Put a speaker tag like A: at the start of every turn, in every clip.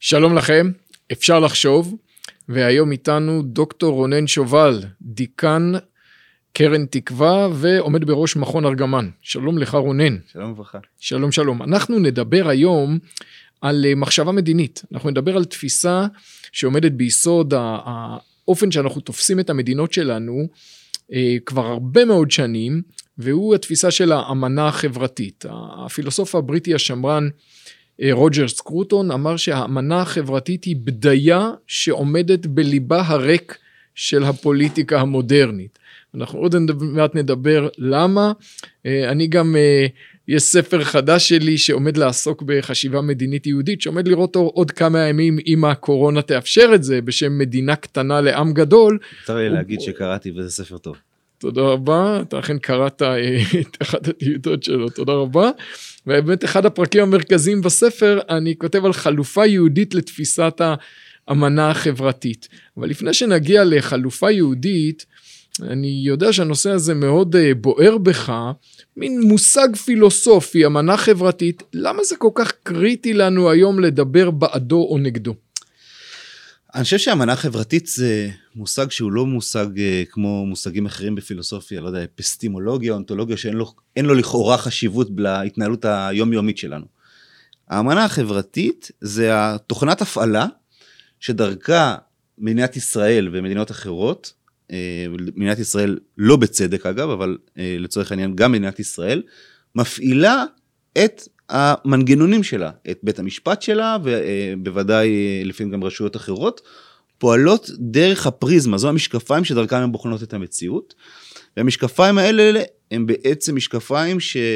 A: שלום לכם, אפשר לחשוב, והיום איתנו דוקטור רונן שובל, דיקן קרן תקווה ועומד בראש מכון ארגמן. שלום לך רונן.
B: שלום וברכה.
A: שלום שלום. אנחנו נדבר היום על מחשבה מדינית, אנחנו נדבר על תפיסה שעומדת ביסוד האופן שאנחנו תופסים את המדינות שלנו כבר הרבה מאוד שנים, והוא התפיסה של האמנה החברתית. הפילוסוף הבריטי השמרן רוג'ר סקרוטון אמר שהאמנה החברתית היא בדיה שעומדת בליבה הריק של הפוליטיקה המודרנית. אנחנו עוד מעט נדבר למה. אני גם, יש ספר חדש שלי שעומד לעסוק בחשיבה מדינית יהודית, שעומד לראות עוד כמה ימים אם הקורונה תאפשר את זה, בשם מדינה קטנה לעם גדול.
B: צריך לי להגיד שקראתי וזה ספר טוב.
A: תודה רבה, אתה אכן קראת את אחת הטיוטות שלו, תודה רבה. ובאמת אחד הפרקים המרכזיים בספר, אני כותב על חלופה יהודית לתפיסת האמנה החברתית. אבל לפני שנגיע לחלופה יהודית, אני יודע שהנושא הזה מאוד בוער בך, מין מושג פילוסופי, אמנה חברתית, למה זה כל כך קריטי לנו היום לדבר בעדו או נגדו?
B: אני חושב שהאמנה חברתית זה מושג שהוא לא מושג כמו מושגים אחרים בפילוסופיה, לא יודע, אפיסטמולוגיה, אונתולוגיה, שאין לו לכאורה חשיבות להתנהלות היומיומית שלנו. האמנה החברתית זה תוכנת הפעלה שדרכה מדינת ישראל ומדינות אחרות, מדינת ישראל לא בצדק אגב, אבל לצורך העניין גם מדינת ישראל, מפעילה את המנגנונים שלה, את בית המשפט שלה, ובוודאי לפעמים גם רשויות אחרות, פועלות דרך הפריזמה, זו המשקפיים שדרכם הן בוחנות את המציאות, והמשקפיים האלה הם בעצם משקפיים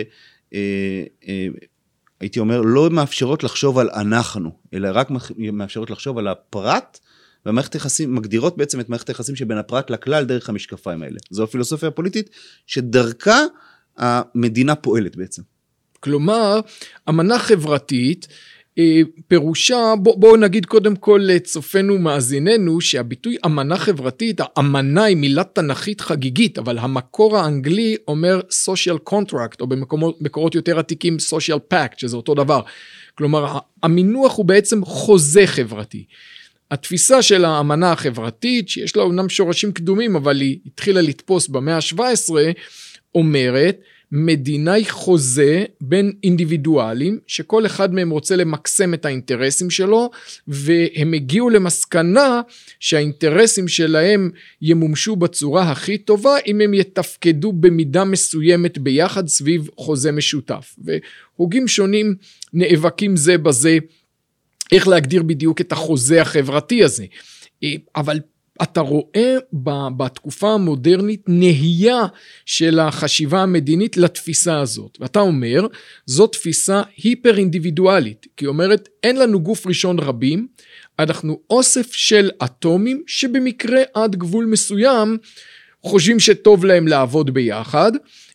B: הייתי אומר, לא מאפשרות לחשוב על אנחנו, אלא רק מאפשרות לחשוב על הפרט, והמערכת היחסים מגדירות בעצם את מערכת היחסים שבין הפרט לכלל דרך המשקפיים האלה. זו הפילוסופיה הפוליטית שדרכה המדינה פועלת בעצם.
A: כלומר, אמנה חברתית, פירושה, בואו נגיד קודם כל לצופנו מאזיננו, שהביטוי אמנה חברתית, האמנה היא מילה תנכית חגיגית, אבל המקור האנגלי אומר social contract, או במקורות יותר עתיקים social pact, שזה אותו דבר. כלומר, המינוח הוא בעצם חוזה חברתי. התפיסה של האמנה החברתית, שיש לה אומנם שורשים קדומים, אבל היא התחילה לתפוס במאה ה-17, אומרת, מדינה היא חוזה בין אינדיבידואלים, שכל אחד מהם רוצה למקסם את האינטרסים שלו, והם הגיעו למסקנה שהאינטרסים שלהם ימומשו בצורה הכי טובה, אם הם יתפקדו במידה מסוימת ביחד סביב חוזה משותף. והוגים שונים נאבקים זה בזה, איך להגדיר בדיוק את החוזה החברתי הזה. אבל אתה רואה בתקופה המודרנית נהייה של החשיבה המדינית לתפיסה הזאת. ואתה אומר, זו תפיסה היפר אינדיבידואלית, כי היא אומרת, אין לנו גוף ראשון רבים, אנחנו אוסף של אטומים שבמקרה עד גבול מסוים חושבים שטוב להם לעבוד ביחד,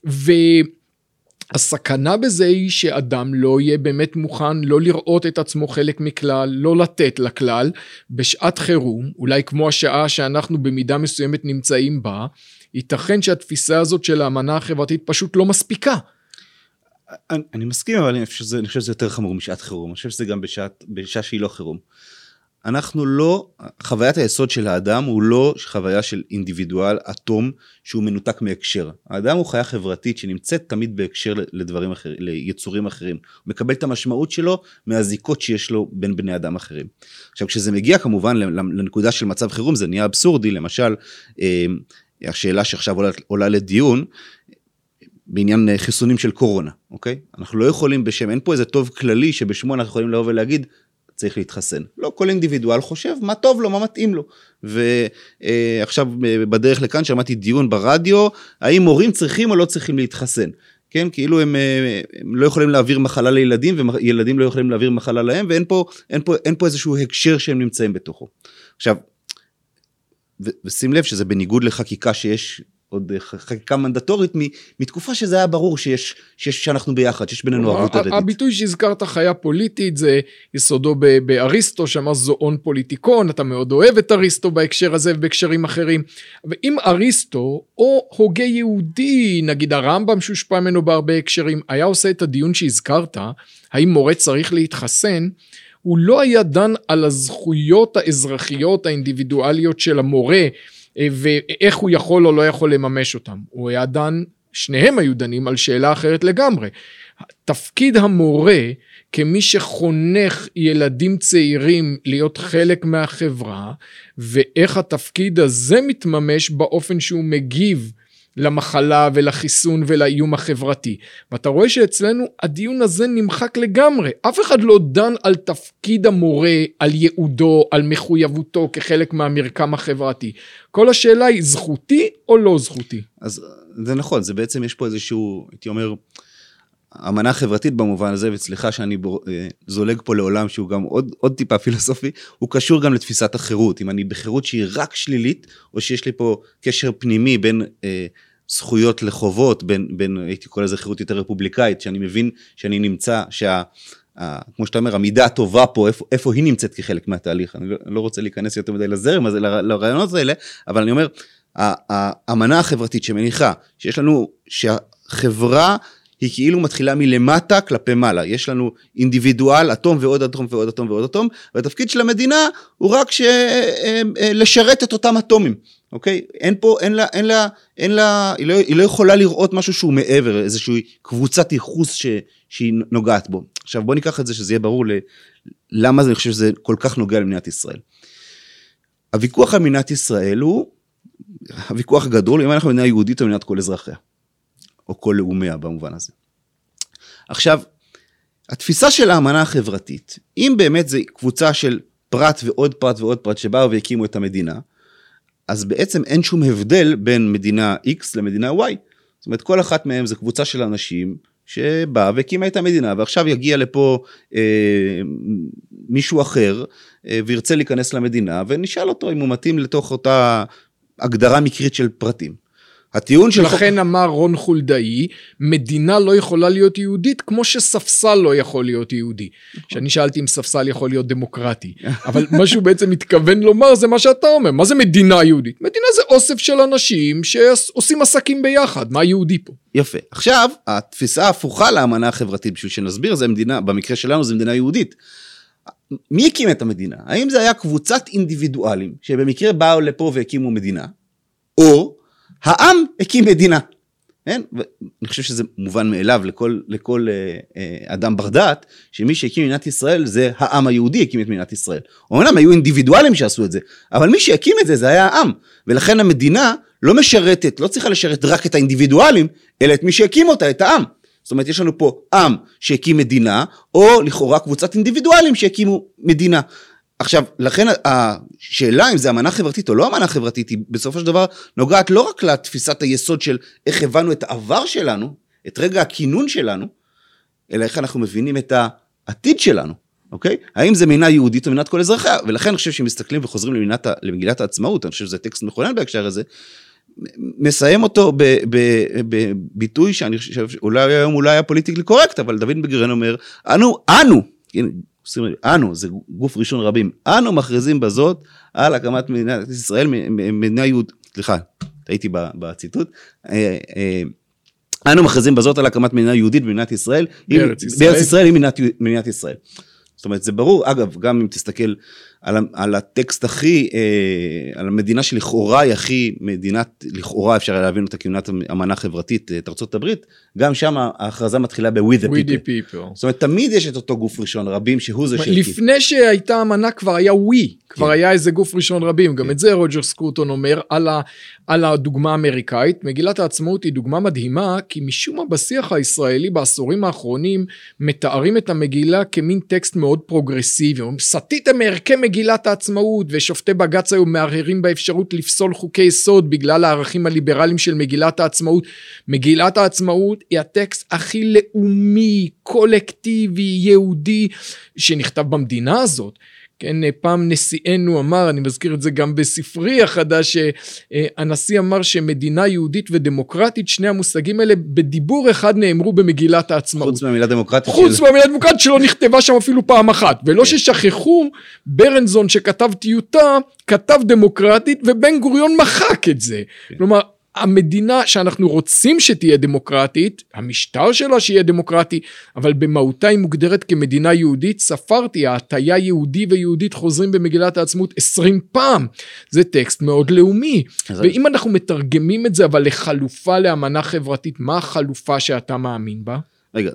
A: הסכנה בזה היא שאדם לא יהיה באמת מוכן לא לראות את עצמו חלק מכלל, לא לתת לכלל, בשעת חירום, אולי כמו השעה שאנחנו במידה מסוימת נמצאים בה, ייתכן שהתפיסה הזאת של האמנה החברתית פשוט לא מספיקה.
B: אני מסכים, אבל אני חושב שזה יותר חמור משעת חירום, אני חושב שזה גם בשעה שהיא לא חירום. אנחנו לא, חוויית היסוד של האדם הוא לא חוויה של אינדיבידואל, אטום, שהוא מנותק מהקשר. האדם הוא חיה חברתית שנמצאת תמיד בהקשר לדברים אחרים, ליצורים אחרים. הוא מקבל את המשמעות שלו מהזיקות שיש לו בין בני אדם אחרים. עכשיו, כשזה מגיע כמובן לנקודה של מצב חירום, זה נהיה אבסורדי, למשל, השאלה שעכשיו עולה לדיון, בעניין חיסונים של קורונה, אוקיי? אנחנו לא יכולים בשם, אין פה איזה טוב כללי שבשמו אנחנו יכולים לבוא ולהגיד, צריך להתחסן. לא, כל אינדיבידואל חושב מה טוב לו, מה מתאים לו. ועכשיו בדרך לכאן שמעתי דיון ברדיו, האם מורים צריכים או לא צריכים להתחסן. כן, כאילו הם לא יכולים להעביר מחלה לילדים, וילדים לא יכולים להעביר מחלה להם, ואין פה איזשהו הקשר שהם נמצאים בתוכו. עכשיו, ושים לב שזה בניגוד לחקיקה שיש, עוד חקיקה מנדטורית, מתקופה שזה היה ברור שאנחנו ביחד, שיש בינינו ערבות הדדית.
A: הביטוי שהזכרת חיה פוליטית, זה יסודו באריסטו, שאמר זואון פוליטיקון, אתה מאוד אוהב את אריסטו בהקשר הזה ובהקשרים אחרים, ואם אריסטו, או הוגה יהודי, נגיד הרמב"ם שהושפע ממנו בהרבה הקשרים, היה עושה את הדיון שהזכרת, האם מורה צריך להתחסן, הוא לא היה דן על הזכויות האזרחיות האינדיבידואליות של המורה, ואיך הוא יכול או לא יכול לממש אותם. הוא היה דן, שניהם היו דנים על שאלה אחרת לגמרי. תפקיד המורה, כמי שחונך ילדים צעירים להיות חלק מהחברה, ואיך התפקיד הזה מתממש באופן שהוא מגיב למחלה ולחיסון ולאיום החברתי. ואתה רואה שאצלנו הדיון הזה נמחק לגמרי. אף אחד לא דן על תפקיד המורה, על ייעודו, על מחויבותו כחלק מהמרקם החברתי. כל השאלה היא זכותי או לא זכותי?
B: אז זה נכון, זה בעצם יש פה איזשהו, הייתי אומר, אמנה חברתית במובן הזה, וסליחה שאני זולג פה לעולם שהוא גם עוד טיפה פילוסופי, הוא קשור גם לתפיסת החירות. אם אני בחירות שהיא רק שלילית, או שיש לי פה קשר פנימי בין זכויות לחובות, בין הייתי קורא לזה חירות יותר רפובליקאית, שאני מבין שאני נמצא, כמו שאתה אומר, המידה הטובה פה, איפה היא נמצאת כחלק מהתהליך. אני לא רוצה להיכנס יותר מדי לזרם הזה, לרעיונות האלה, אבל אני אומר, האמנה החברתית שמניחה, שיש לנו, שהחברה היא כאילו מתחילה מלמטה כלפי מעלה, יש לנו אינדיבידואל, אטום ועוד אטום ועוד אטום ועוד אטום, והתפקיד של המדינה הוא רק לשרת את אותם אטומים, אוקיי? היא לא יכולה לראות משהו שהוא מעבר, איזושהי קבוצת ייחוס שהיא נוגעת בו. עכשיו בוא ניקח את זה שזה יהיה ברור למה אני חושב שזה כל כך נוגע למדינת ישראל. הוויכוח על מדינת ישראל הוא הוויכוח הגדול, אם אנחנו מדינה יהודית או מדינת כל אזרחיה. או כל לאומיה במובן הזה. עכשיו, התפיסה של האמנה החברתית, אם באמת זה קבוצה של פרט ועוד פרט ועוד פרט שבאו והקימו את המדינה, אז בעצם אין שום הבדל בין מדינה X למדינה Y. זאת אומרת, כל אחת מהם זה קבוצה של אנשים שבאה והקימה את המדינה, ועכשיו יגיע לפה מישהו אחר, וירצה להיכנס למדינה, ונשאל אותו אם הוא מתאים לתוך אותה הגדרה מקרית של פרטים. הטיעון של
A: לכן אמר רון חולדאי, מדינה לא יכולה להיות יהודית, כמו שספסל לא יכול להיות יהודי. שאני שאלתי אם ספסל יכול להיות דמוקרטי, אבל מה שהוא בעצם מתכוון לומר, זה מה שאתה אומר, מה זה מדינה יהודית? מדינה זה אוסף של אנשים שעושים עסקים ביחד, מה יהודי פה?
B: יפה. עכשיו, התפיסה ההפוכה לאמנה החברתית, בשביל שנסביר, זה מדינה, במקרה שלנו זה מדינה יהודית. מי הקים את המדינה? האם זה היה קבוצת אינדיבידואלים, שבמקרה באו לפה והקימו מדינה, או העם הקים מדינה, כן? ואני חושב שזה מובן מאליו לכל אדם בר דעת, שמי שהקים מדינת ישראל זה העם היהודי הקים את מדינת ישראל. אומנם היו אינדיבידואלים שעשו את זה, אבל מי שהקים את זה זה היה העם, ולכן המדינה לא משרתת, לא צריכה לשרת רק את האינדיבידואלים, אלא את מי שהקים אותה, את העם. זאת אומרת, יש לנו פה עם שהקים מדינה, או לכאורה קבוצת אינדיבידואלים שהקימו מדינה. עכשיו, לכן השאלה אם זה אמנה חברתית או לא אמנה חברתית, היא בסופו של דבר נוגעת לא רק לתפיסת היסוד של איך הבנו את העבר שלנו, את רגע הכינון שלנו, אלא איך אנחנו מבינים את העתיד שלנו, אוקיי? האם זה מדינה יהודית או מדינת כל אזרחיה? ולכן אני חושב שמסתכלים וחוזרים למגילת העצמאות, אני חושב שזה טקסט מכונן בהקשר הזה, מסיים אותו בביטוי שאני חושב שאולי היום אולי היה פוליטיקלי קורקט, אבל דוד בן-גוריון אומר, אנו, זה גוף ראשון רבים, אנו מכריזים בזאת על הקמת מדינת ישראל, מדינה יהודית, סליחה, הייתי בציטוט, אנו מכריזים בזאת על הקמת מדינה יהודית במדינת ישראל, בארץ ישראל היא מדינת ישראל. זאת אומרת, זה ברור, אגב, גם אם תסתכל על הטקסט הכי, על המדינה שלכאורה היא הכי מדינת, לכאורה אפשר להבין אותה כמדינת אמנה חברתית, את ארצות הברית, גם שם ההכרזה מתחילה ב-with the people. זאת אומרת, תמיד יש את אותו גוף ראשון רבים, שהוא זה שהקים.
A: לפני שהייתה אמנה כבר היה we, כבר היה איזה גוף ראשון רבים, גם את זה רוג'ר סקרוטון אומר על הדוגמה האמריקאית. מגילת העצמאות היא דוגמה מדהימה, כי משום מה בשיח הישראלי בעשורים האחרונים, מתארים את המגילה כמין טקסט מאוד פרוגרסיבי, סטיתם מערכי מגילת העצמאות, ושופטי בג"ץ היו מערערים באפשרות לפסול חוקי יסוד, בגלל הערכים הליברליים של מגילת העצמאות. מגילת העצמאות היא הטקסט הכי לאומי, קולקטיבי, יהודי, שנכתב במדינה הזאת. כן, פעם נשיאנו אמר, אני מזכיר את זה גם בספרי החדש, הנשיא אמר שמדינה יהודית ודמוקרטית, שני המושגים האלה בדיבור אחד נאמרו במגילת העצמאות.
B: חוץ מהמילה דמוקרטית.
A: חוץ מהמילה דמוקרטית שלא נכתבה שם אפילו פעם אחת, ולא ששכחו, ברנזון שכתב טיוטה, כתב דמוקרטית, ובן גוריון מחק את זה. כלומר, המדינה שאנחנו רוצים שתהיה דמוקרטית, המשטר שלה שיהיה דמוקרטי, אבל במהותה היא מוגדרת כמדינה יהודית. ספרתי, ההטיה יהודי ויהודית חוזרים במגילת העצמאות 20 פעם, זה טקסט מאוד לאומי, ואם אנחנו מתרגמים את זה אבל לחלופה לאמנה חברתית, מה החלופה שאתה מאמין בה?
B: רגע,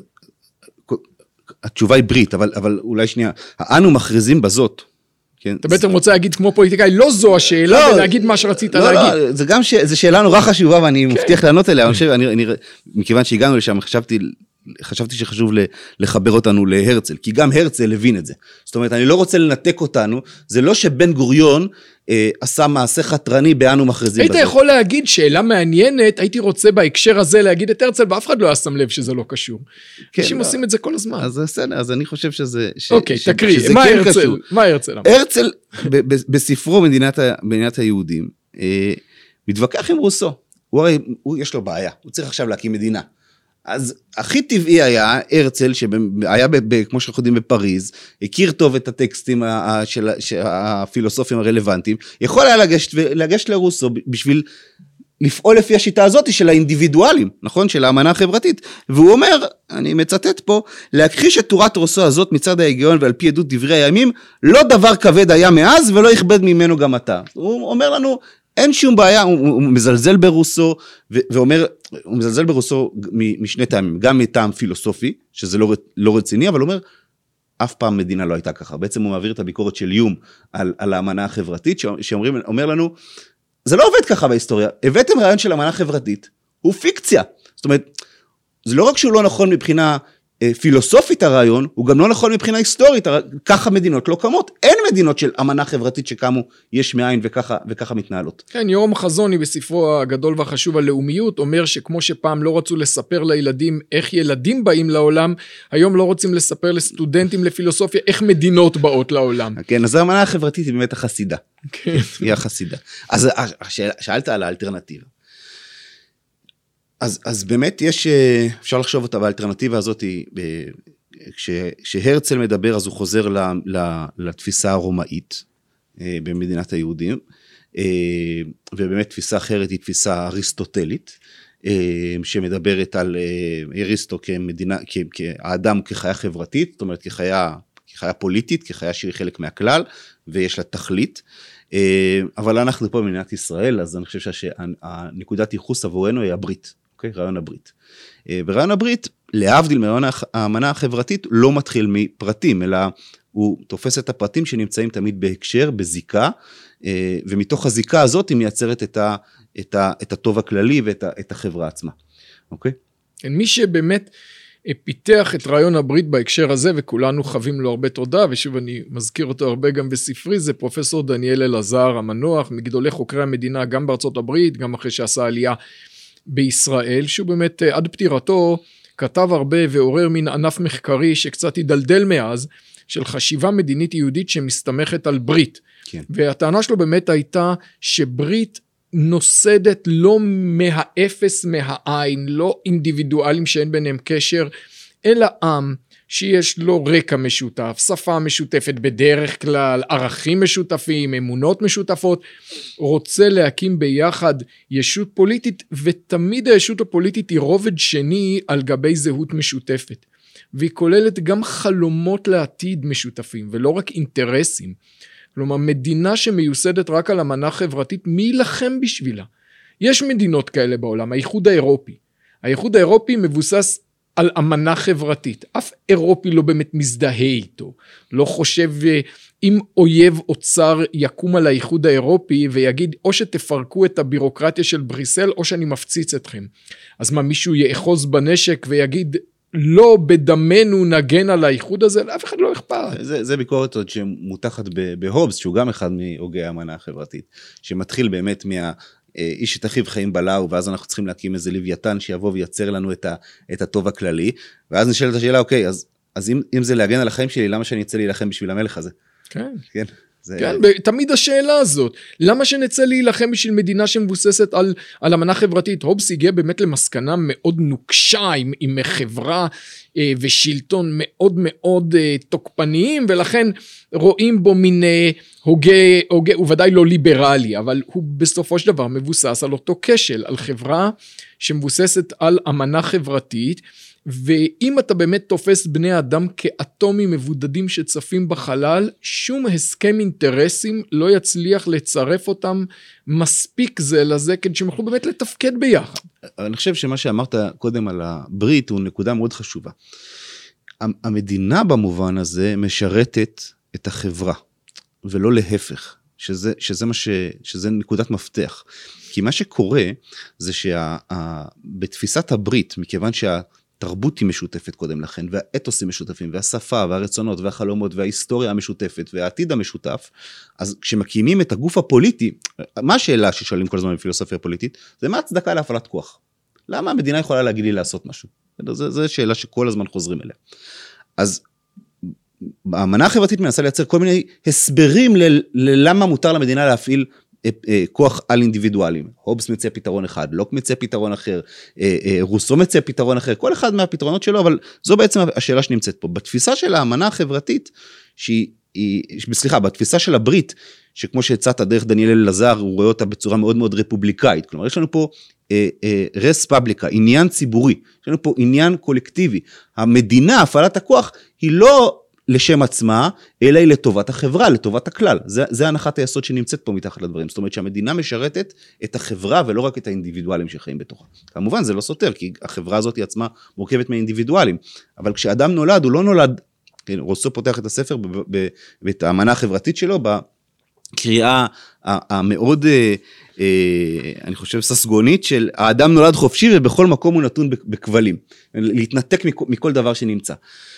B: התשובה היא ברית, אבל אולי שנייה, אנו מכריזים בזאת, כן.
A: אתה בעצם רוצה להגיד כמו פוליטיקאי, לא זו השאלה, ולהגיד מה שרצית להגיד.
B: לא, זה גם זו שאלה נורא חשובה, ואני מבטיח לענות עליה, מכיוון שהגענו לשם, חשבתי שחשוב לחבר אותנו להרצל, כי גם הרצל הבין את זה. זאת אומרת, אני לא רוצה לנתק אותנו, זה לא שבן גוריון עשה מעשה חתרני באנו מכריזים בזה.
A: היית יכול להגיד שאלה מעניינת, הייתי רוצה בהקשר הזה להגיד את הרצל, ואף אחד לא היה שם לב שזה לא קשור. אנשים עושים את זה כל הזמן.
B: אז בסדר, אז אני חושב שזה...
A: אוקיי, תקריא, מה הרצל?
B: הרצל, בספרו מדינת היהודים, מתווכח עם רוסו. יש לו בעיה, הוא צריך עכשיו להקים מדינה. אז הכי טבעי היה הרצל, שהיה כמו שאנחנו יודעים בפריז, הכיר טוב את הטקסטים הפילוסופיים הרלוונטיים, יכול היה לגשת לרוסו בשביל לפעול לפי השיטה הזאת של האינדיבידואלים, נכון? של האמנה החברתית, והוא אומר, אני מצטט פה, להכחיש את תורת רוסו הזאת מצד ההיגיון ועל פי עדות דברי הימים, לא דבר כבד היה מאז ולא יכבד ממנו גם אתה. הוא אומר לנו, אין שום בעיה, הוא מזלזל ברוסו, ואומר, הוא מזלזל ברוסו משני טעמים, גם מטעם פילוסופי, שזה לא רציני, אבל הוא אומר, אף פעם מדינה לא הייתה ככה. בעצם הוא מעביר את הביקורת של יום על האמנה החברתית, שאומר לנו, זה לא עובד ככה בהיסטוריה, הבאתם רעיון של אמנה חברתית, הוא פיקציה. זאת אומרת, זה לא רק שהוא לא נכון מבחינה פילוסופית הרעיון, הוא גם לא נכון מבחינה היסטורית, ככה מדינות לא קמות, אין מדינות של אמנה חברתית שקמו יש מאין וככה מתנהלות.
A: כן, יורם חזוני בספרו הגדול והחשוב הלאומיות, אומר שכמו שפעם לא רצו לספר לילדים איך ילדים באים לעולם, היום לא רוצים לספר לסטודנטים לפילוסופיה איך מדינות באות לעולם.
B: כן, אז האמנה החברתית היא באמת החסידה. כן. היא החסידה. אז שאלת על האלטרנטיבה. אז באמת אפשר לחשוב אותה, והאלטרנטיבה הזאת, כשהרצל מדבר, אז הוא חוזר לתפיסה הרומאית במדינת היהודים, ובאמת תפיסה אחרת היא תפיסה אריסטוטלית, שמדברת על אריסטו כאדם כחיה חברתית, זאת אומרת כחיה פוליטית, כחיה שהיא חלק מהכלל, ויש לה תכלית, אבל אנחנו פה במדינת ישראל, אז אני חושב שהנקודת ייחוס עבורנו היא הברית. רעיון הברית. ורעיון הברית, להבדיל מרעיון האמנה החברתית, לא מתחיל מפרטים, אלא הוא תופס את הפרטים שנמצאים תמיד בהקשר, בזיקה, ומתוך הזיקה הזאת היא מייצרת את הטוב הכללי ואת החברה עצמה. אוקיי?
A: מי שבאמת פיתח את רעיון הברית בהקשר הזה, וכולנו חווים לו הרבה תודה, ושוב אני מזכיר אותו הרבה גם בספרי, זה פרופסור דניאל אלעזר המנוח, מגדולי חוקרי המדינה, גם בארצות הברית, גם אחרי שעשה עלייה בישראל, שהוא באמת עד פטירתו כתב הרבה ועורר מן ענף מחקרי שקצת ידלדל מאז, של חשיבה מדינית יהודית שמסתמכת על ברית. כן. והטענה שלו באמת הייתה שברית נוסדת לא מהאפס מהעין, לא אינדיבידואלים שאין ביניהם קשר, אלא עם שיש לו רקע משותף, שפה משותפת בדרך כלל, ערכים משותפים, אמונות משותפות, רוצה להקים ביחד ישות פוליטית, ותמיד הישות הפוליטית היא רובד שני על גבי זהות משותפת, והיא כוללת גם חלומות לעתיד משותפים, ולא רק אינטרסים. כלומר, מדינה שמיוסדת רק על אמנה חברתית, מי ילחם בשבילה? יש מדינות כאלה בעולם, האיחוד האירופי. האיחוד האירופי מבוסס על אמנה חברתית, אף אירופי לא באמת מזדהה איתו, לא חושב אם אויב או צר יקום על האיחוד האירופי ויגיד או שתפרקו את הבירוקרטיה של בריסל או שאני מפציץ אתכם. אז מה, מישהו יאחוז בנשק ויגיד לא בדמנו נגן על האיחוד הזה? לאף אחד לא אכפת.
B: זה ביקורת עוד שמותחת בהובס, שהוא גם אחד מהוגי האמנה החברתית, שמתחיל באמת איש את אחיו חיים בלעו, ואז אנחנו צריכים להקים איזה לוויתן שיבוא וייצר לנו את הטוב הכללי, ואז נשאלת השאלה, אוקיי, אז אם זה להגן על החיים שלי, למה שאני אצא להילחם בשביל המלך הזה?
A: כן.
B: כן.
A: כן, תמיד השאלה הזאת, למה שנצא להילחם בשביל מדינה שמבוססת על אמנה חברתית? הובס הגיע באמת למסקנה מאוד נוקשה, עם חברה ושלטון מאוד מאוד תוקפניים, ולכן רואים בו מין הוגה, הוא ודאי לא ליברלי, אבל הוא בסופו של דבר מבוסס על אותו כשל, על חברה שמבוססת על אמנה חברתית, ואם אתה באמת תופס בני אדם כאטומים מבודדים שצפים בחלל, שום הסכם אינטרסים לא יצליח לצרף אותם מספיק זה לזה, כדי שהם יכולו באמת לתפקד ביחד.
B: אני חושב שמה שאמרת קודם על הברית הוא נקודה מאוד חשובה. המדינה במובן הזה משרתת את החברה, ולא להפך, שזה נקודת מפתח. כי מה שקורה זה שבתפיסת הברית, מכיוון התרבות היא משותפת קודם לכן, והאתוסים משותפים, והשפה, והרצונות, והחלומות, וההיסטוריה המשותפת, והעתיד המשותף, אז כשמקימים את הגוף הפוליטי, מה השאלה ששואלים כל הזמן בפילוסופיה פוליטית? זה מה הצדקה להפעלת כוח? למה המדינה יכולה להגיד לי לעשות משהו? זו שאלה שכל הזמן חוזרים אליה. אז האמנה החברתית מנסה לייצר כל מיני הסברים ללמה מותר למדינה להפעיל כוח על אינדיבידואלים. הובס מציע פתרון אחד, לוק מציע פתרון אחר, רוסו מציע פתרון אחר, כל אחד מהפתרונות שלו, אבל זו בעצם השאלה שנמצאת פה. בתפיסה של האמנה החברתית, בתפיסה של הברית, שכמו שהצעת דרך דניאל אלעזר, הוא רואה אותה בצורה מאוד מאוד רפובליקאית, כלומר יש לנו פה רס פאבליקה, עניין ציבורי, יש לנו פה עניין קולקטיבי, המדינה, הפעלת הכוח, היא לא לשם עצמה, אלא היא לטובת החברה, לטובת הכלל. זה הנחת היסוד שנמצאת פה מתחת לדברים. זאת אומרת שהמדינה משרתת את החברה ולא רק את האינדיבידואלים שחיים בתוכה. כמובן זה לא סותר, כי החברה הזאת היא עצמה מורכבת מאינדיבידואלים. אבל כשאדם נולד, הוא לא נולד, רוסו פותח את הספר ואת האמנה החברתית שלו, בקריאה המאוד, אני חושב, ססגונית של האדם נולד חופשי ובכל מקום הוא נתון בכבלים. להתנתק מכל דבר שנמצא.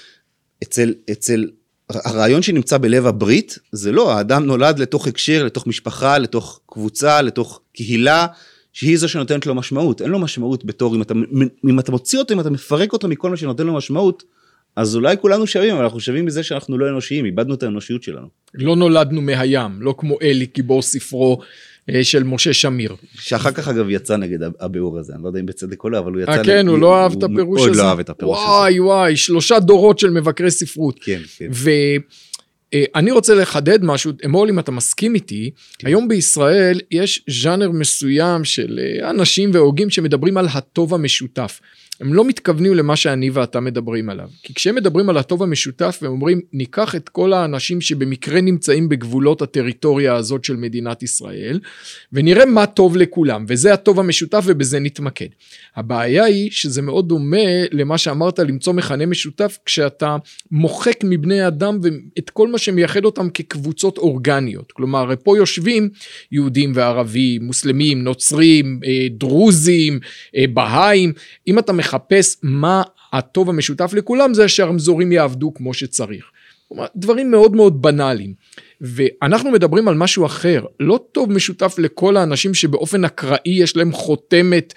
B: אצל הרעיון שנמצא בלב הברית, זה לא, האדם נולד לתוך הקשר, לתוך משפחה, לתוך קבוצה, לתוך קהילה, שהיא זו שנותנת לו משמעות. אין לו משמעות בתור, אם אתה מוציא אותו, אם אתה מפרק אותו מכל מה שנותן לו משמעות, אז אולי כולנו שווים, אבל אנחנו שווים מזה שאנחנו לא אנושיים, איבדנו את האנושיות שלנו.
A: לא נולדנו מהים, לא כמו אלי, גיבור ספרו של משה שמיר.
B: שאחר כך אגב יצא נגד הביאור הזה, אני לא יודע אם בצדק או לא, אבל הוא יצא...
A: כן, הוא לא אהב את הפירוש הזה.
B: הוא לא אהב את הפירוש הזה.
A: וואי, 3 דורות של מבקרי ספרות.
B: כן, כן.
A: ואני רוצה לחדד משהו, אמור לי אם אתה מסכים איתי, היום בישראל יש ז'אנר מסוים של אנשים והוגים שמדברים על הטוב המשותף. הם לא מתכוונים למה שאני ואתה מדברים עליו. כי כשהם מדברים על הטוב המשותף, הם אומרים, ניקח את כל האנשים שבמקרה נמצאים בגבולות הטריטוריה הזאת של מדינת ישראל, ונראה מה טוב לכולם, וזה הטוב המשותף ובזה נתמקד. הבעיה היא שזה מאוד דומה למה שאמרת, למצוא מכנה משותף, כשאתה מוחק מבני אדם ואת כל מה שמייחד אותם כקבוצות אורגניות. כלומר, פה יושבים יהודים וערבים, מוסלמים, נוצרים, דרוזים, בהאים. אם אתה מחפש מה הטוב המשותף לכולם, זה שהרמזורים יעבדו כמו שצריך. דברים מאוד מאוד בנאליים. ואנחנו מדברים על משהו אחר, לא טוב משותף לכל האנשים שבאופן אקראי יש להם חותמת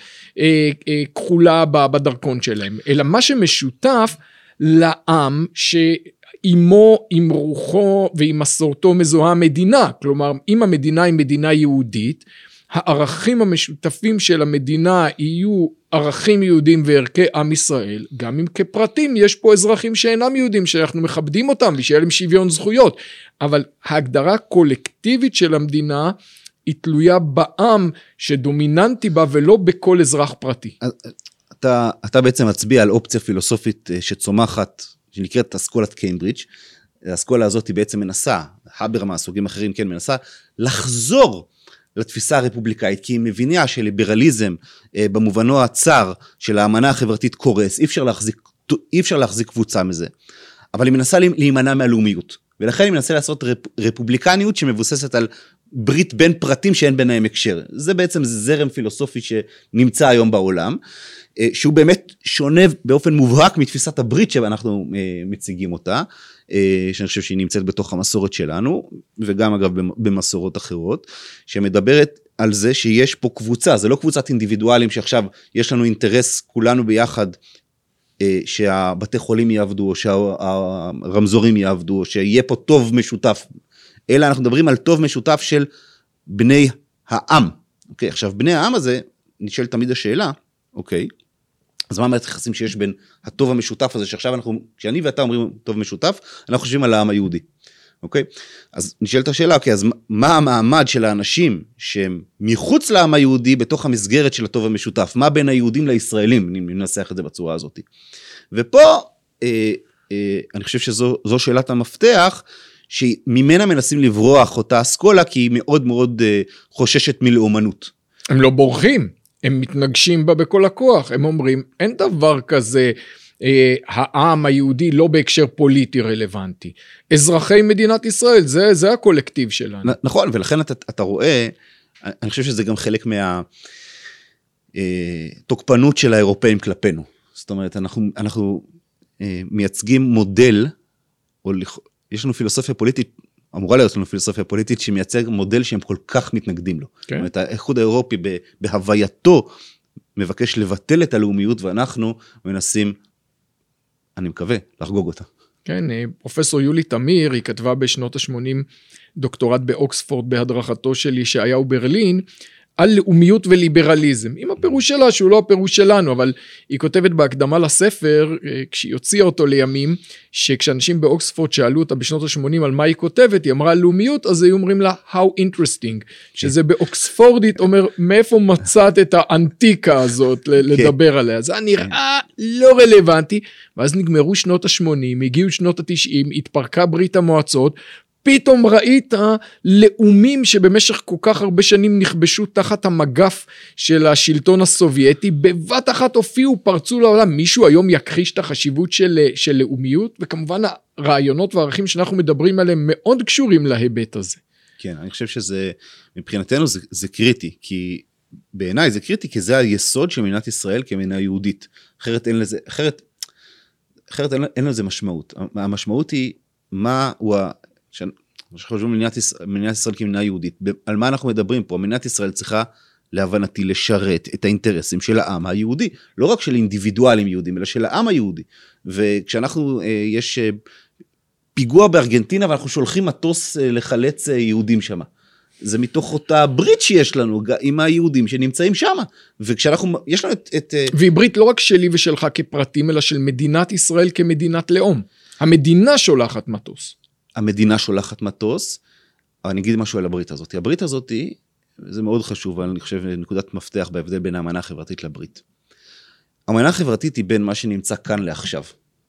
A: כחולה בדרכון שלהם, אלא מה שמשותף לעם שעימו, עם רוחו ועם מסורתו מזוהה המדינה, כלומר אם המדינה היא מדינה יהודית, הערכים המשותפים של המדינה יהיו ערכים יהודים וערכי עם ישראל, גם אם כפרטים יש פה אזרחים שאינם יהודים, שאנחנו מכבדים אותם ושיהיה להם שוויון זכויות, אבל ההגדרה קולקטיבית של המדינה היא תלויה בעם שדומיננטי בה ולא בכל אזרח פרטי.
B: אתה בעצם מצביע על אופציה פילוסופית שצומחת, שנקראת אסכולת קיימברידג'. האסכולה הזאת היא בעצם מנסה, הברמאס, סוגים אחרים כן מנסה, לחזור לתפיסה הרפובליקאית, כי היא מבינה שליברליזם במובנו הצר של האמנה החברתית קורס, אי אפשר להחזיק קבוצה מזה, אבל היא מנסה להימנע מהלאומיות, ולכן היא מנסה לעשות רפובליקניות שמבוססת על ברית בין פרטים שאין ביניהם הקשר. זה בעצם זרם פילוסופי שנמצא היום בעולם, שהוא באמת שונה באופן מובהק מתפיסת הברית שאנחנו מציגים אותה, שאני חושב שהיא נמצאת בתוך המסורת שלנו, וגם אגב במסורות אחרות, שמדברת על זה שיש פה קבוצה, זה לא קבוצת אינדיבידואלים שעכשיו יש לנו אינטרס כולנו ביחד, שהבתי חולים יעבדו, או שהרמזורים יעבדו, או שיהיה פה טוב משותף, אלא אנחנו מדברים על טוב משותף של בני העם. אוקיי, עכשיו בני העם הזה, נשאל תמיד השאלה, אוקיי, אז מה מערכת היחסים שיש בין הטוב המשותף הזה, שעכשיו כשאני ואתה אומרים טוב משותף, אנחנו חושבים על העם היהודי. אוקיי? אז נשאלת השאלה, אוקיי, אז מה המעמד של האנשים שהם מחוץ לעם היהודי בתוך המסגרת של הטוב המשותף? מה בין היהודים לישראלים? אני מנסח את זה בצורה הזאת. ופה, אני חושב שזו שאלת המפתח, שממנה מנסים לברוח אותה אסכולה, כי היא מאוד מאוד חוששת מלאומנות.
A: הם לא בורחים, הם מתנגשים בה בכל הכוח, הם אומרים, אין דבר כזה, העם היהודי לא בהקשר פוליטי רלוונטי. אזרחי מדינת ישראל, זה הקולקטיב שלנו.
B: נכון, ולכן אתה רואה, אני חושב שזה גם חלק מהתוקפנות של האירופאים כלפינו. זאת אומרת, אנחנו מייצגים מודל, או יש לנו פילוסופיה פוליטית, אמורה להיות לנו פילוסופיה פוליטית, שמייצג מודל שהם כל כך מתנגדים לו. זאת אומרת, האיחוד האירופי בהווייתו, מבקש לבטל את הלאומיות, ואנחנו מנסים, אני מקווה, לחגוג אותה.
A: כן, פרופסור יולי תמיר, היא כתבה בשנות ה-80 דוקטורט באוקספורד בהדרכתו של ישעיהו ברלין, על לאומיות וליברליזם, עם הפירוש שלה שהוא לא הפירוש שלנו, אבל היא כותבת בהקדמה לספר, כשהיא הוציאה אותו לימים, שכשאנשים באוקספורד שאלו אותה בשנות ה-80 על מה היא כותבת, היא אמרה לאומיות, אז היו אומרים לה how interesting, שזה באוקספורדית אומר, מאיפה מצאת את האנטיקה הזאת לדבר עליה, זה נראה לא רלוונטי, ואז נגמרו שנות ה-80, הגיעו שנות ה-90, התפרקה ברית המועצות, פתאום ראית לאומים שבמשך כל כך הרבה שנים נכבשו תחת המגף של השלטון הסובייטי, בבת אחת הופיעו, פרצו לעולם, מישהו היום יכחיש את החשיבות של לאומיות, וכמובן הרעיונות והערכים שאנחנו מדברים עליהם מאוד קשורים להיבט הזה.
B: כן, אני חושב שזה, מבחינתנו זה קריטי, כי בעיניי זה קריטי, כי זה היסוד של מדינת ישראל כמדינה יהודית, אחרת אין לזה משמעות. המשמעות היא מה הוא שחושבים מדינת ישראל כמדינה יהודית, על מה אנחנו מדברים פה? מדינת ישראל צריכה להבנתי לשרת את האינטרסים של העם היהודי, לא רק של אינדיבידואלים יהודים, אלא של העם היהודי, וכשאנחנו, יש פיגוע בארגנטינה, ואנחנו שולחים מטוס לחלץ יהודים שם, זה מתוך אותה ברית שיש לנו, עם היהודים שנמצאים שם, וכשאנחנו, יש לנו את...
A: והיא ברית לא רק שלי ושלך כפרטים, אלא של מדינת ישראל כמדינת לאום, המדינה שולחת מטוס.
B: המדינה שולחת מטוס, אבל אני אגיד משהו על הברית הזאת. הברית הזאת, זה מאוד חשוב, אבל אני חושב נקודת מפתח בהבדל בין האמנה החברתית לברית. האמנה החברתית היא בין מה שנמצא כאן לעכשיו.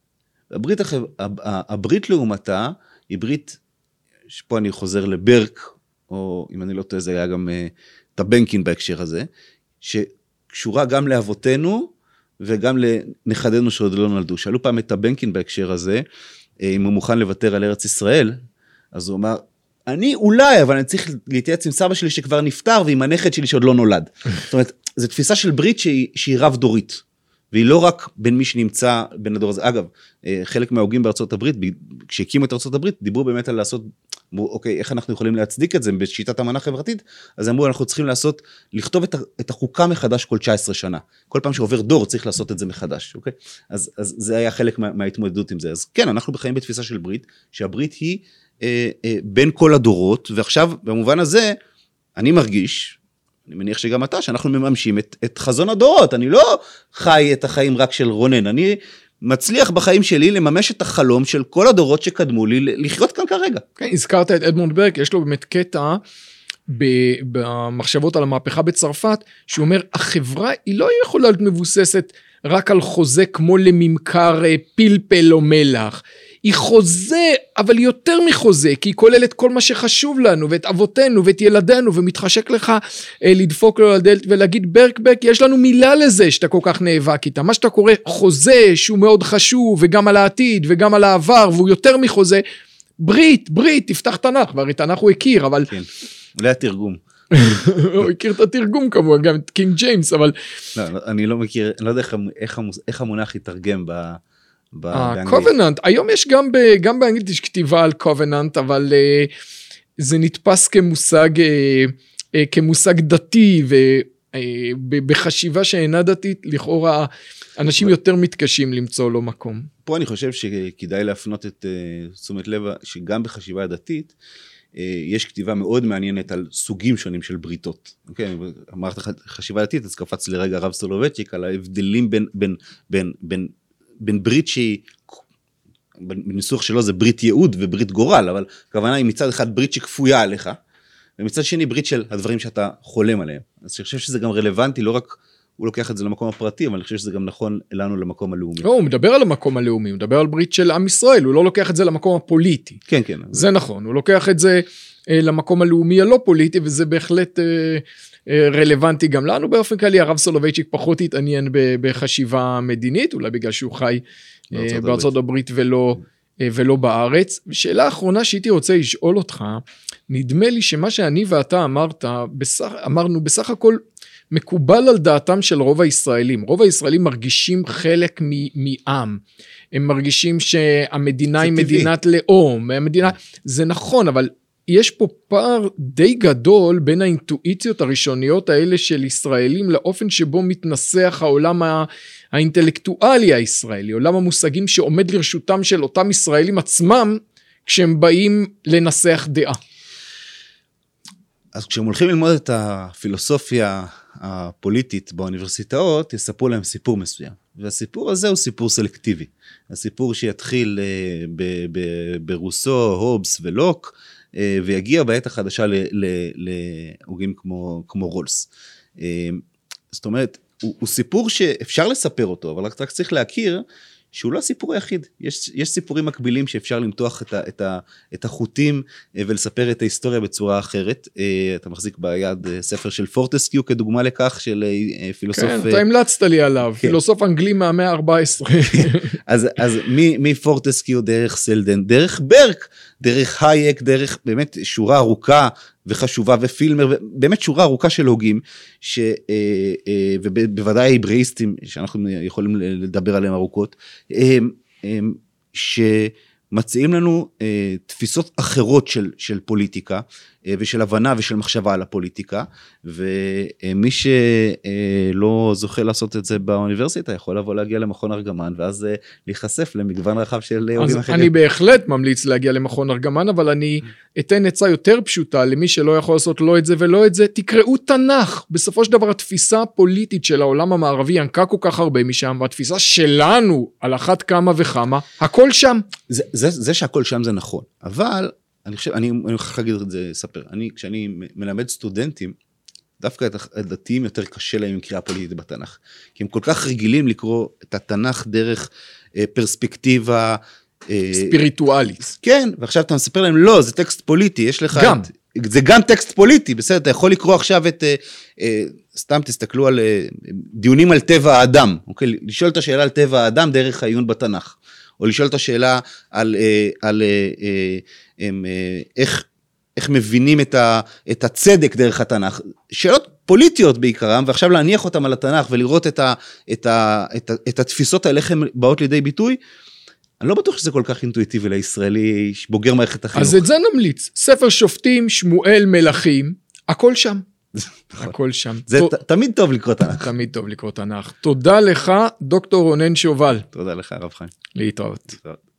B: הברית לעומתה, היא ברית, שפה אני חוזר לברק, או אם אני לא טועה, זה היה גם טבנקין בהקשר הזה, שקשורה גם לאבותינו, וגם לנכדינו שעוד לא נולדו. שאלו פעם את טבנקין בהקשר הזה, אם הוא מוכן לוותר על ארץ ישראל, אז הוא אמר, אני אולי, אבל אני צריך להתייעץ עם סבא שלי שכבר נפטר, ועם הנכד שלי שעוד לא נולד. זאת אומרת, זו תפיסה של ברית שהיא רב דורית, והיא לא רק בין מי שנמצא בין הדור הזה. אגב, חלק מההוגים בארצות הברית, כשהקימו את ארצות הברית, דיברו באמת על לעשות, אוקיי, איך אנחנו יכולים להצדיק את זה בשיטת אמנה חברתית? אז אמרו, אנחנו צריכים לכתוב את החוקה מחדש כל 19 שנה. כל פעם שעובר דור צריך לעשות את זה מחדש, אוקיי? אז זה היה חלק מההתמודדות עם זה. אז כן, אנחנו בחיים בתפיסה של ברית, שהברית היא בין כל הדורות, ועכשיו, במובן הזה, אני מרגיש, אני מניח שגם אתה, שאנחנו מממשים את חזון הדורות. אני לא חי את החיים רק של רונן, אני מצליח בחיים שלי לממש את החלום של כל הדורות שקדמו לי לחיות כאן כרגע.
A: כן, הזכרת את אדמונד ברק, יש לו באמת קטע במחשבות על המהפכה בצרפת, שהוא אומר, החברה היא לא יכולה להיות מבוססת רק על חוזה כמו לממכר פלפל או מלח, היא חוזה, אבל יותר מחוזה, כי היא כוללת כל מה שחשוב לנו, ואת אבותינו, ואת ילדינו, ומתחשק לך לדפוק לו על דלת, ולהגיד, ברק, יש לנו מילה לזה, שאתה כל כך נאבק איתה, מה שאתה קורא חוזה, שהוא מאוד חשוב, וגם על העתיד, וגם על העבר, והוא יותר מחוזה, ברית, תפתח תנ"ך, והרי תנ"ך הוא הכיר, אבל...
B: כן, אולי התרגום.
A: הוא הכיר את התרגום כמובן, גם את קינג ג'יימס, אבל...
B: לא, אני לא מכיר, אני לא יודע איך המונח יתרגם
A: קובננט, היום יש גם באנגלית יש כתיבה על קובננט, אבל זה נתפס כמושג דתי, ובחשיבה שאינה דתית, לכאורה אנשים יותר מתקשים למצוא לו מקום.
B: פה אני חושב שכדאי להפנות את תשומת לב, שגם בחשיבה הדתית, יש כתיבה מאוד מעניינת על סוגים שונים של בריתות. אוקיי, אמרת חשיבה דתית, אז קפץ לרגע הרב סולובייצ'יק על ההבדלים בין ברית שהיא, בניסוח שלו זה ברית ייעוד וברית גורל, אבל הכוונה היא מצד אחד ברית שכפויה עליך, ומצד שני ברית של הדברים שאתה חולם עליהם. אז אני חושב שזה גם רלוונטי, לא רק הוא לוקח את זה למקום הפרטי, אבל אני חושב שזה גם נכון לנו למקום הלאומי.
A: לא, הוא מדבר על המקום הלאומי, הוא מדבר על ברית של עם ישראל, הוא לא לוקח את זה למקום הפוליטי.
B: כן, כן.
A: זה נכון, הוא לוקח את זה למקום הלאומי הלא פוליטי, וזה בהחלט רלוונטי גם לנו. באופן כללי, הרב סולובייצ'יק פחות התעניין בחשיבה מדינית, אולי בגלל שהוא חי בארצות הברית ולא בארץ. שאלה האחרונה שהייתי רוצה לשאול אותך, נדמה לי שמה שאני ואתה אמרנו בסך הכל, מקובל על דעתם של רוב הישראלים. רוב הישראלים מרגישים חלק מעם. הם מרגישים שהמדינה היא מדינת לאום. זה נכון, אבל יש פה פער די גדול בין האינטואיציות הראשוניות האלה של ישראלים לאופן שבו מתנסח העולם האינטלקטואלי הישראלי, עולם המושגים שעומד לרשותם של אותם ישראלים עצמם כשהם באים לנסח דעה.
B: אז כשהם הולכים ללמוד את הפילוסופיה הפוליטית באוניברסיטאות, יספרו להם סיפור מסוים. והסיפור הזה הוא סיפור סלקטיבי. הסיפור שיתחיל ברוסו, הובס ולוק, ויגיע בעת החדשה להוגים כמו רולס. זאת אומרת, הוא סיפור שאפשר לספר אותו, אבל רק צריך להכיר שהוא לא הסיפור היחיד. יש סיפורים מקבילים שאפשר למתוח את החוטים ולספר את ההיסטוריה בצורה אחרת. אתה מחזיק ביד ספר של פורטסקיו כדוגמה לכך, של פילוסוף...
A: כן, אתה המלצת לי עליו, כן. פילוסוף אנגלי מהמאה ה-14.
B: אז מפורטסקיו דרך סלדן, דרך ברק, דרך הייק, דרך באמת שורה ארוכה וחשובה ופילמר, באמת שורה ארוכה של הוגים, ובוודאי היבראיסטים, שאנחנו יכולים לדבר עליהם ארוכות, שמציעים לנו תפיסות אחרות של פוליטיקה, ושל הבנה ושל מחשבה על הפוליטיקה, ומי שלא זוכה לעשות את זה באוניברסיטה, יכול לבוא להגיע למכון ארגמן, ואז להיחשף למגוון רחב של הוגים אחרים.
A: אני בהחלט ממליץ להגיע למכון ארגמן, אבל אני אתן עצה יותר פשוטה, למי שלא יכול לעשות לא את זה ולא את זה, תקראו תנ"ך. בסופו של דבר התפיסה הפוליטית של העולם המערבי ינקה כל כך הרבה משם, והתפיסה שלנו על אחת כמה וכמה, הכל שם.
B: זה שהכל שם זה נכון, אבל אני הולך להגיד את זה, ספר, כשאני מלמד סטודנטים, דווקא את הדתיים יותר קשה להם עם קריאה פוליטית בתנ"ך, כי הם כל כך רגילים לקרוא את התנ"ך דרך פרספקטיבה,
A: ספיריטואלית.
B: כן, ועכשיו אתה מספר להם, לא, זה טקסט פוליטי, יש לך... זה גם טקסט פוליטי, בסדר, אתה יכול לקרוא עכשיו סתם תסתכלו על דיונים על טבע האדם, אוקיי? לשאול את השאלה על טבע האדם דרך העיון בתנ"ך. או לשאול את השאלה על איך מבינים את הצדק דרך התנ"ך. שאלות פוליטיות בעיקרם, ועכשיו להניח אותם על התנ"ך ולראות את התפיסות האלה איך הן באות לידי ביטוי, אני לא בטוח שזה כל כך אינטואיטיבי לישראלי, בוגר מערכת החינוך.
A: אז את זה נמליץ. ספר שופטים, שמואל, מלכים, הכל שם. הכל שם.
B: זה תמיד טוב לקרוא תנ"ך.
A: תמיד טוב לקרוא תנ"ך. תודה לך, דוקטור רונן שובל.
B: תודה לך, הרב חיים.
A: להתראות.